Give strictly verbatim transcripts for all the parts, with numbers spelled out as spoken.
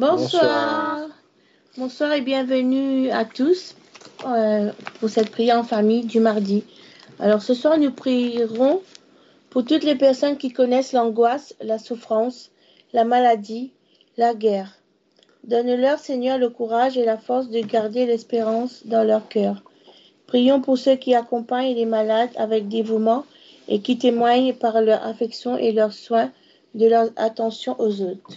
Bonsoir. Bonsoir et bienvenue à tous euh, pour cette prière en famille du mardi. Alors ce soir, nous prierons pour toutes les personnes qui connaissent l'angoisse, la souffrance, la maladie, la guerre. Donne-leur, Seigneur, le courage et la force de garder l'espérance dans leur cœur. Prions pour ceux qui accompagnent les malades avec dévouement et qui témoignent par leur affection et leur soin de leur attention aux autres.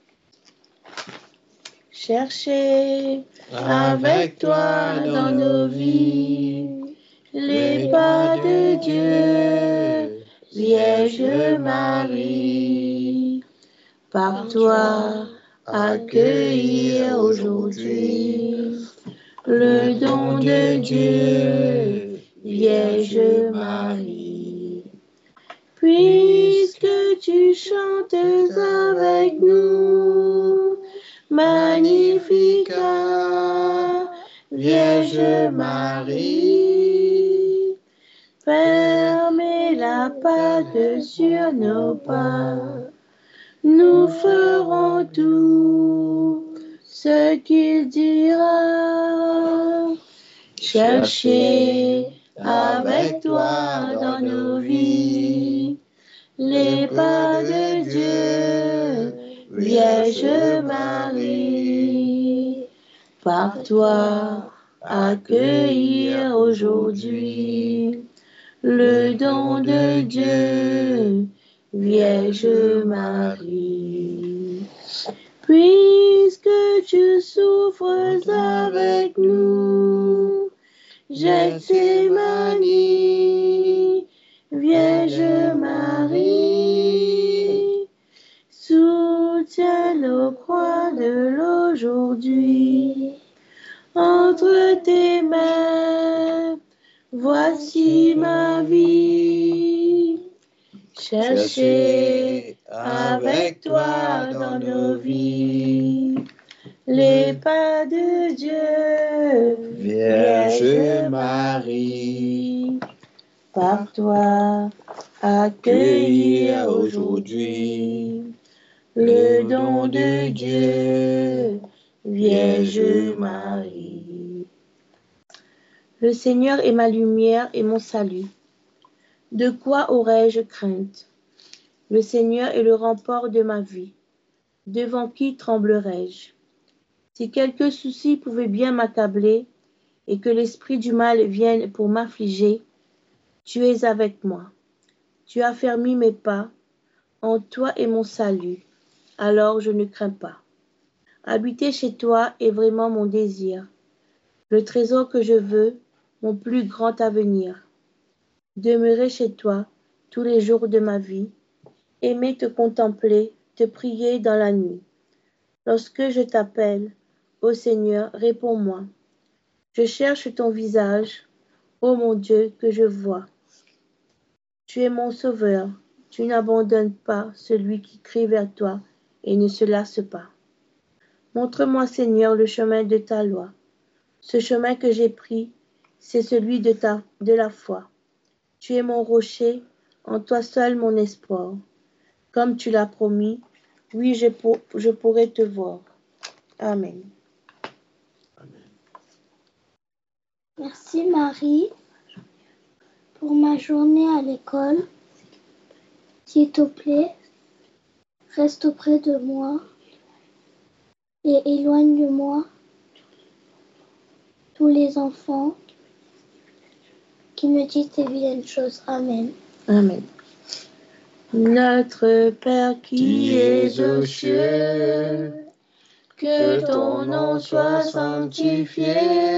Cherchez avec toi dans nos vies les pas de Dieu, Vierge Marie. Par toi, accueillir aujourd'hui le don de Dieu, Vierge Marie. Puisque tu chantes avec nous, Magnificat, Vierge Marie, fermez la pâte sur nos pas, nous ferons tout ce qu'il dira. Cherchez avec toi dans nos vies les pas de Dieu, Vierge Marie. Par toi, accueillir aujourd'hui le don de Dieu, Vierge Marie. Puisque tu souffres avec nous, Gethsémani, Vierge Marie, soutiens nos croix de l'aujourd'hui. Entre tes mains, voici ma vie. Cherchez avec toi dans nos vies les pas de Dieu, Vierge Marie. Par toi, accueillir aujourd'hui le don de Dieu, Vierge Marie. Le Seigneur est ma lumière et mon salut. De quoi aurais-je crainte? Le Seigneur est le rempart de ma vie. Devant qui tremblerais-je? Si quelque souci pouvait bien m'accabler et que l'esprit du mal vienne pour m'affliger, tu es avec moi. Tu as fermé mes pas. En toi est mon salut. Alors je ne crains pas. Habiter chez toi est vraiment mon désir, le trésor que je veux, mon plus grand avenir. Demeurer chez toi tous les jours de ma vie, aimer te contempler, te prier dans la nuit. Lorsque je t'appelle, ô Seigneur, réponds-moi. Je cherche ton visage, ô mon Dieu, que je vois. Tu es mon sauveur, tu n'abandonnes pas celui qui crie vers toi et ne se lasse pas. Montre-moi, Seigneur, le chemin de ta loi. Ce chemin que j'ai pris, c'est celui de, ta, de la foi. Tu es mon rocher, en toi seul mon espoir. Comme tu l'as promis, oui, je, pour, je pourrai te voir. Amen. Merci Marie pour ma journée à l'école. S'il te plaît, reste auprès de moi et éloigne-moi tous les enfants qui me disent des vilaines choses. Amen. Amen. Notre Père qui es aux cieux, que ton nom soit sanctifié,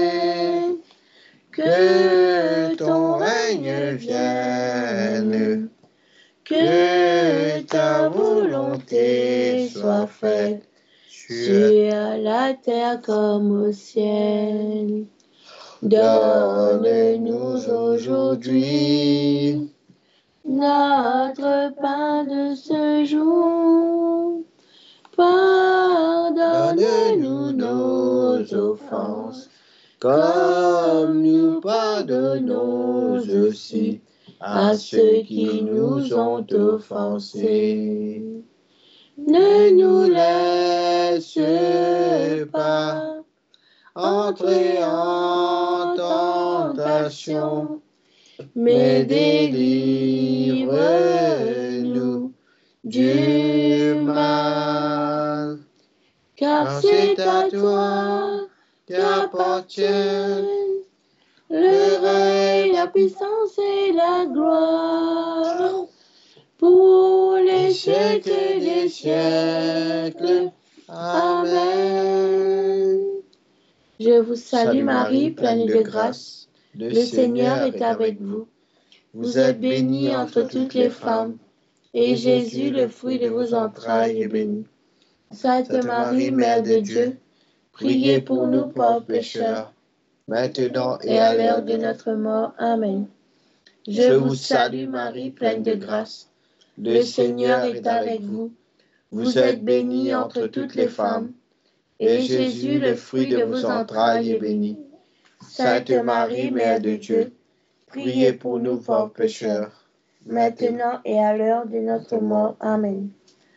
que ton règne vienne, que ta volonté soit faite sur la terre comme au ciel. Donne-nous aujourd'hui notre pain de ce jour. Pardonne-nous nos offenses, comme nous pardonnons aussi à ceux qui nous ont offensés. Ne nous laisse entrer en tentation, mais délivre-nous du mal. Car c'est à toi qu'appartiennent le règne, la puissance et la gloire, pour les siècles des siècles. Amen. Je vous salue Marie, pleine de grâce. Le Seigneur est avec vous. Vous êtes bénie entre toutes les femmes, et Jésus, le fruit de vos entrailles, est béni. Sainte Marie, Mère de Dieu, priez pour nous pauvres pécheurs, maintenant et à l'heure de notre mort. Amen. Je vous salue Marie, pleine de grâce. Le Seigneur est avec vous. Vous êtes bénie entre toutes les femmes, et Jésus, le fruit de vos entrailles, est béni. Sainte Marie, Mère de Dieu, priez pour nous pauvres pécheurs, maintenant et à l'heure de notre mort. Amen.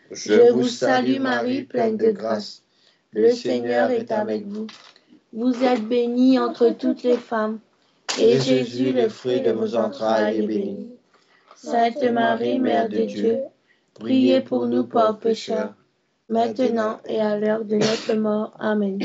Je vous salue Marie, pleine de grâce. Le Seigneur est avec vous. Vous êtes bénie entre toutes les femmes, et Jésus, le fruit de vos entrailles, est béni. Sainte Marie, Mère de Dieu, priez pour nous pauvres pécheurs, maintenant et à l'heure de notre mort. Amen.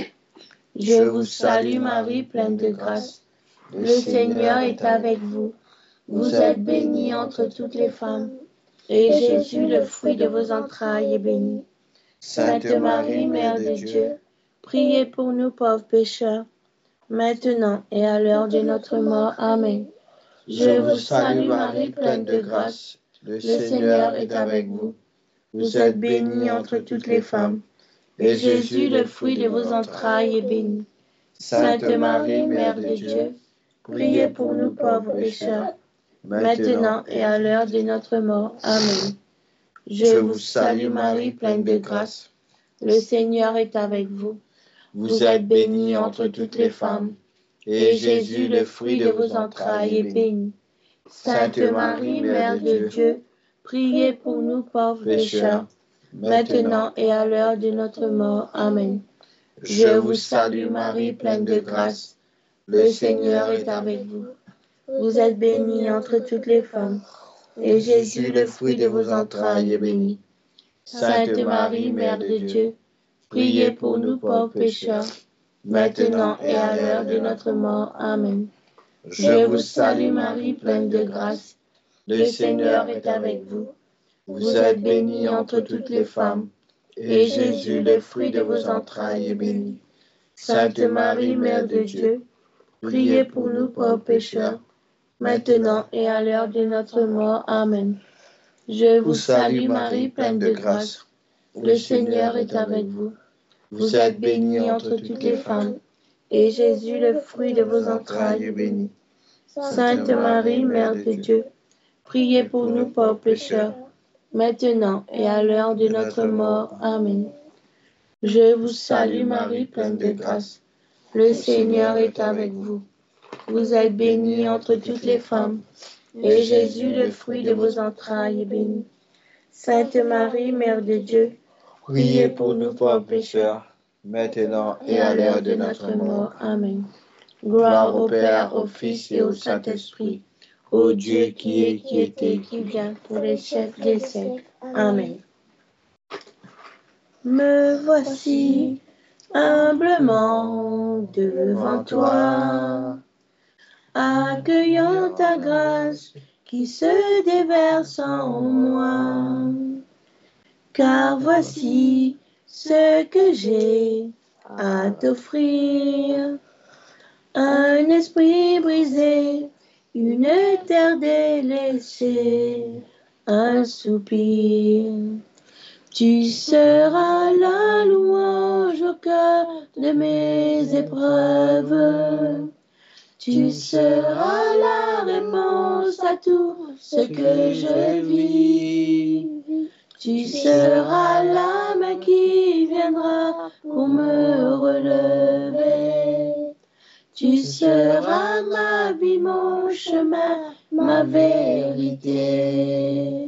Je vous salue Marie, pleine de grâce. Le Seigneur est avec vous. Vous êtes bénie entre toutes les femmes, et Jésus, le fruit de vos entrailles, est béni. Sainte Marie, Mère de Dieu, priez pour nous pauvres pécheurs, maintenant et à l'heure de notre mort. Amen. Je vous salue Marie, pleine de grâce. Le Seigneur est avec vous. Vous êtes bénie entre toutes les femmes, et Jésus, le fruit de vos entrailles, est béni. Sainte Marie, Mère de Dieu, priez pour nous pauvres pécheurs, maintenant et à l'heure de notre mort. Amen. Je vous salue Marie, pleine de grâce. Le Seigneur est avec vous. Vous êtes bénie entre toutes les femmes, et Jésus, le fruit de vos entrailles, est béni. Sainte Marie, Mère de Dieu, priez pour nous pauvres pécheurs, maintenant et à l'heure de notre mort. Amen. Je vous salue Marie, pleine de grâce. Le Seigneur est avec vous. Vous êtes bénie entre toutes les femmes, et Jésus, le fruit de vos entrailles, est béni. Sainte Marie, Mère de Dieu, priez pour nous pauvres pécheurs, maintenant et à l'heure de notre mort. Amen. Je vous salue Marie, pleine de grâce. Le Seigneur est avec vous. Vous êtes bénie entre toutes les femmes, et Jésus, le fruit de vos entrailles, est béni. Sainte Marie, Mère de Dieu, priez pour nous pauvres pécheurs, maintenant et à l'heure de notre mort. Amen. Je vous salue Marie, pleine de grâce. Le Seigneur est avec vous. Vous êtes bénie entre toutes les femmes, et Jésus, le fruit de vos entrailles, est béni. Sainte Marie, Mère de Dieu, priez pour nous pauvres pécheurs, maintenant et à l'heure de notre mort. Amen. Je vous salue Marie, pleine de grâce. Le Seigneur est avec vous. Vous êtes bénie entre toutes les femmes, et Jésus, le fruit de vos entrailles, est béni. Sainte Marie, Mère de Dieu, priez pour nous pauvres pécheurs, maintenant et à l'heure de notre mort. Amen. Gloire au Père, au Fils et au Saint-Esprit, ô Dieu qui est, qui était, qui vient, pour les siècles des siècles. Amen. Me voici humblement devant toi, accueillant ta grâce qui se déverse en moi. Car voici ce que j'ai à t'offrir, un esprit brisé, une terre délaissée, un soupir. Tu seras la louange au cœur de mes épreuves. Tu seras la réponse à tout ce que je vis. Tu seras la main qui viendra pour me relever. Tu seras ma vie, mon chemin, ma vérité.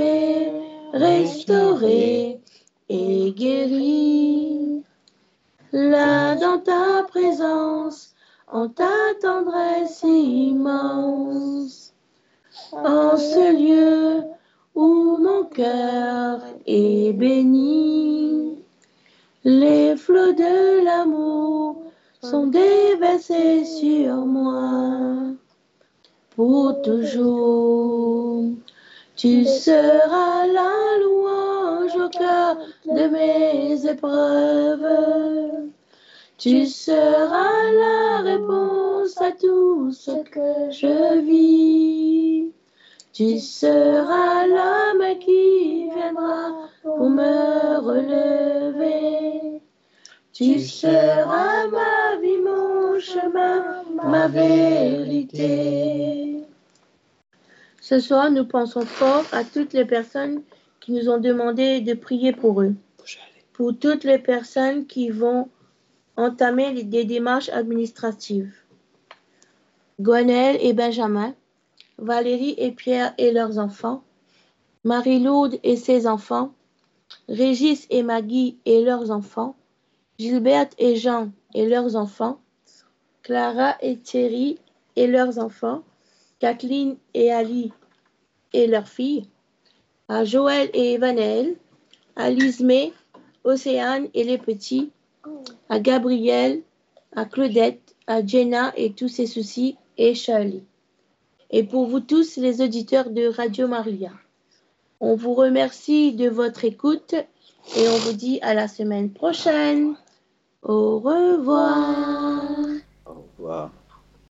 Relevé, restauré et guéri, là dans ta présence, en ta tendresse immense. En ce lieu où mon cœur est béni, les flots de l'amour sont déversés sur moi. Pour toujours, tu seras la louange au cœur de mes épreuves. Tu seras la réponse à tout ce que je vis. Tu seras la main qui viendra pour me relever. Tu seras ma vie, mon chemin, ma vérité. Ce soir, nous pensons fort à toutes les personnes qui nous ont demandé de prier pour eux. Pour toutes les personnes qui vont entamer des démarches administratives. Gwenaël et Benjamin, Valérie et Pierre et leurs enfants, Marie-Lourdes et ses enfants, Régis et Maggie et leurs enfants, Gilberte et Jean et leurs enfants, Clara et Thierry et leurs enfants, Kathleen et Ali et leurs filles, à Joël et Evanel, à Lismé, Océane et les petits, à Gabriel, à Claudette, à Jenna et tous ses soucis, et Shirley. Et pour vous tous les auditeurs de Radio Maria, on vous remercie de votre écoute et on vous dit à la semaine prochaine. Au revoir. Au revoir.